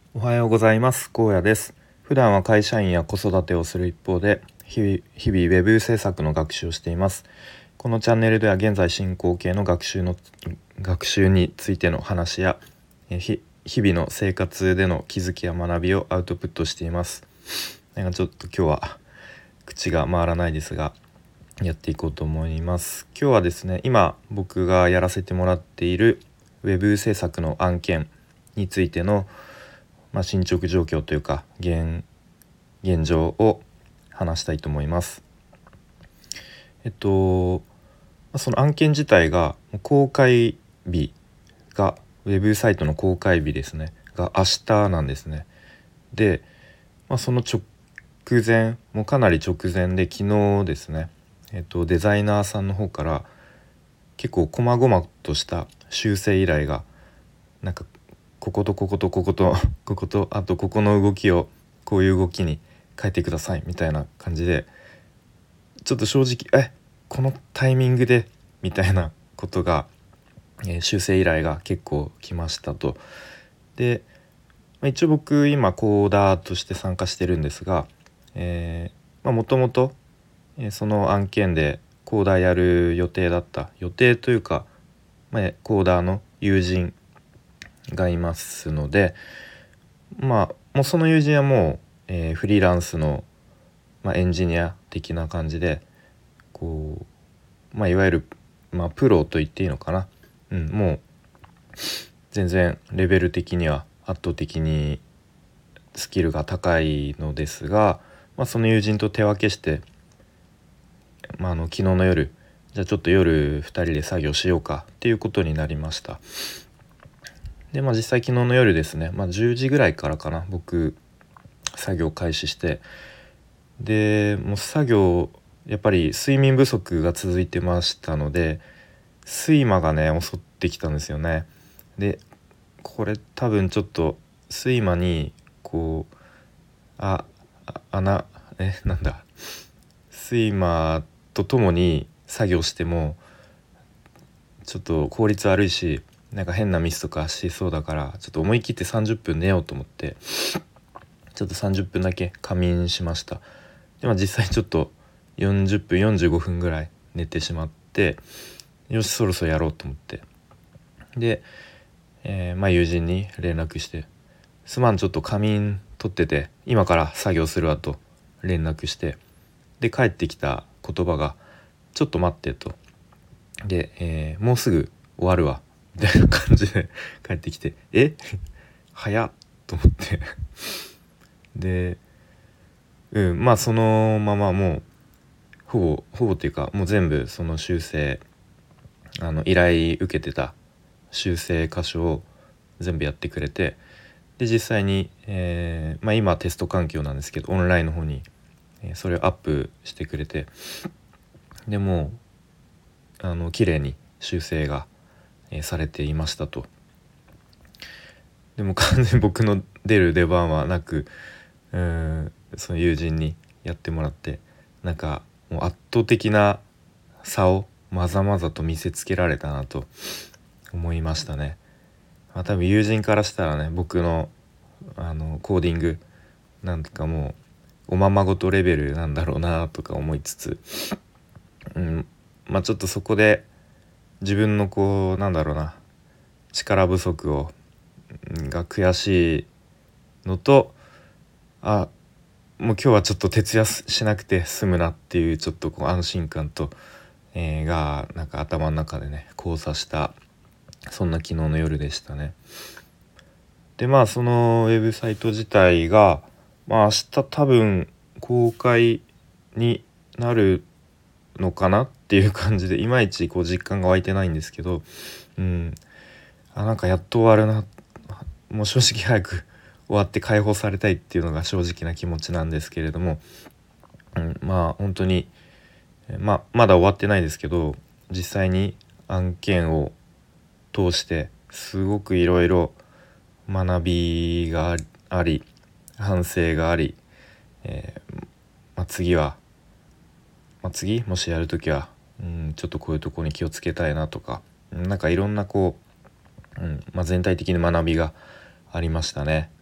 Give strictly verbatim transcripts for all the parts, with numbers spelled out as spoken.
おはようございます。高野です。普段は会社員や子育てをする一方で日々、日々ウェブ制作の学習をしています。このチャンネルでは現在進行形の学習の学習についての話や日々の生活での気づきや学びをアウトプットしています。なんかちょっと今日は口が回らないですがやっていこうと思います。今日はですね、今僕がやらせてもらっているウェブ制作の案件についての、まあ、進捗状況というか現、現状を話したいと思います。えっとその案件自体が公開日がウェブサイトの公開日ですねが明日なんですね。で、まあ、その直前もうかなり直前で昨日ですね、えっと、デザイナーさんの方から結構細々とした修正依頼がなんかこことこことこことこことあとここの動きをこういう動きに変えてくださいみたいな感じでちょっと正直えこのタイミングでみたいなことが、えー修正依頼が結構来ましたと。で、まあ、一応僕今コーダーとして参加してるんですがもともとその案件でコーダーやる予定だった予定というか、まあ、コーダーの友人がいますので、まあもうその友人はもう、えーフリーランスの、まあ、エンジニア的な感じでこう、まあ、いわゆる、まあ、プロと言っていいのかな、うん、もう全然レベル的には圧倒的にスキルが高いのですが、まあ、その友人と手分けして、まあ、あの昨日の夜じゃあちょっと夜ふたりで作業しようかっていうことになりました。で、まあ、実際昨日の夜ですね、まあ、じゅうじぐらいからかな僕作業開始して、でもう作業やっぱり睡眠不足が続いてましたので睡魔がね襲ってきたんですよね。でこれ多分ちょっと睡魔にこうああ穴えなんだ睡魔とともに作業してもちょっと効率悪いしなんか変なミスとかしそうだからちょっと思い切ってさんじゅっぷん寝ようと思ってちょっとさんじゅっぷんだけ仮眠しました。でも実際ちょっとよんじゅっぷんよんじゅうごふんぐらい寝てしまってよしそろそろやろうと思ってで、えーまあ、友人に連絡してすまんちょっと仮眠取ってて今から作業するわと連絡してで帰ってきた言葉がちょっと待ってとで、えーもうすぐ終わるわみたいな感じで帰ってきてえ早っと思ってでうんまあそのままもうほぼほぼっていうかもう全部その修正あの依頼受けてた修正箇所を全部やってくれてで実際に、えーまあ、今テスト環境なんですけどオンラインの方に、えーそれをアップしてくれてでもうあの綺麗に修正が、えーされていましたと。でも完全に僕の出る出番はなくうーんその友人にやってもらってなんかもう圧倒的な差をまざまざと見せつけられたなと思いましたね。まあ、多分友人からしたらね僕のあのコーディングなんかもうおままごとレベルなんだろうなとか思いつつ、うん、まあちょっとそこで自分のこうなんだろうな力不足をが悔しいのとあもう今日はちょっと徹夜しなくて済むなっていうちょっとこう安心感と、えー、がなんか頭の中でね交差したそんな昨日の夜でしたね。でまあそのウェブサイト自体が、まあ、明日多分公開になるのかなっていう感じでいまいちこう実感が湧いてないんですけど、うん、あなんかやっと終わるなもう正直早く終わって解放されたいっていうのが正直な気持ちなんですけれども、うん、まあ本当に、まあ、まだ終わってないですけど実際に案件を通してすごくいろいろ学びがあり反省があり、えーまあ、次は、まあ、次もしやるときは、うん、ちょっとこういうところに気をつけたいなとかなんかいろんなこう、うんまあ、全体的に学びがありましたね。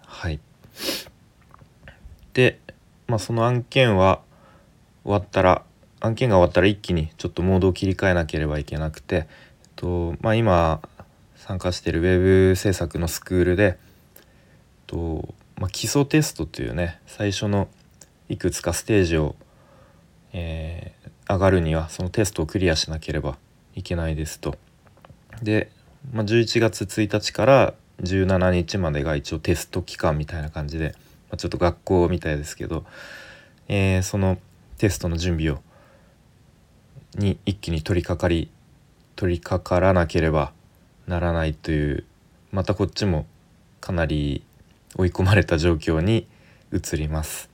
はい。で、まあ、その案件は終わったら案件が終わったら一気にちょっとモードを切り替えなければいけなくて、えっとまあ、今参加しているウェブ制作のスクールで、えっとまあ、基礎テストというね最初のいくつかステージを、えー上がるにはそのテストをクリアしなければいけないですと。で、まあ、じゅういちがつついたちからじゅうしちにちまでが一応テスト期間みたいな感じで、まあ、ちょっと学校みたいですけど、えーそのテストの準備をに一気に取り掛かり取り掛からなければならないという、またこっちもかなり追い込まれた状況に移ります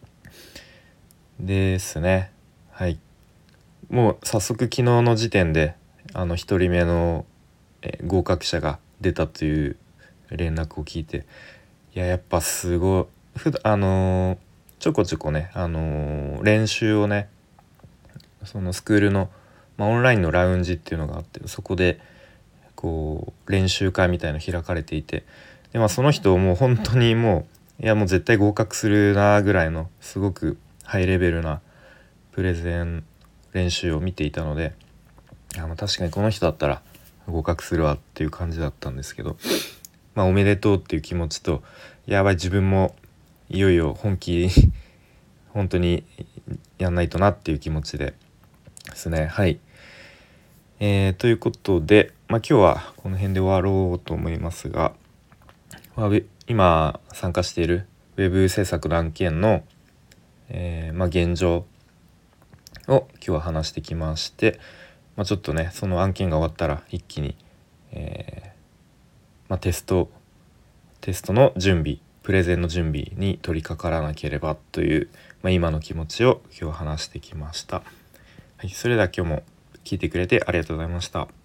ですね。はい。もう早速昨日の時点であのひとりめのえー合格者が出たという連絡を聞いて、いややっぱすごいふだあのーちょこちょこね、あのー練習をねそのスクールの、まあ、オンラインのラウンジっていうのがあって、そこでこう練習会みたいの開かれていて、で、まあ、その人もう本当にもういやもう絶対合格するなぐらいのすごくハイレベルなプレゼン練習を見ていたので、あの確かにこの人だったら合格するわっていう感じだったんですけど、まあおめでとうっていう気持ちと、やばい自分もいよいよ本気本当にやんないとなっていう気持ちでですね。はい、えーということで、まあ、今日はこの辺で終わろうと思いますが、まあ、ウェ今参加しているウェブ制作の案件の、えーまあ、現状を今日は話してきまして、まあ、ちょっとねその案件が終わったら一気に、えーまあ、テストテストの準備プレゼンの準備に取り掛からなければという、まあ、今の気持ちを今日話してきました。はい、それでは今日も聞いてくれてありがとうございました。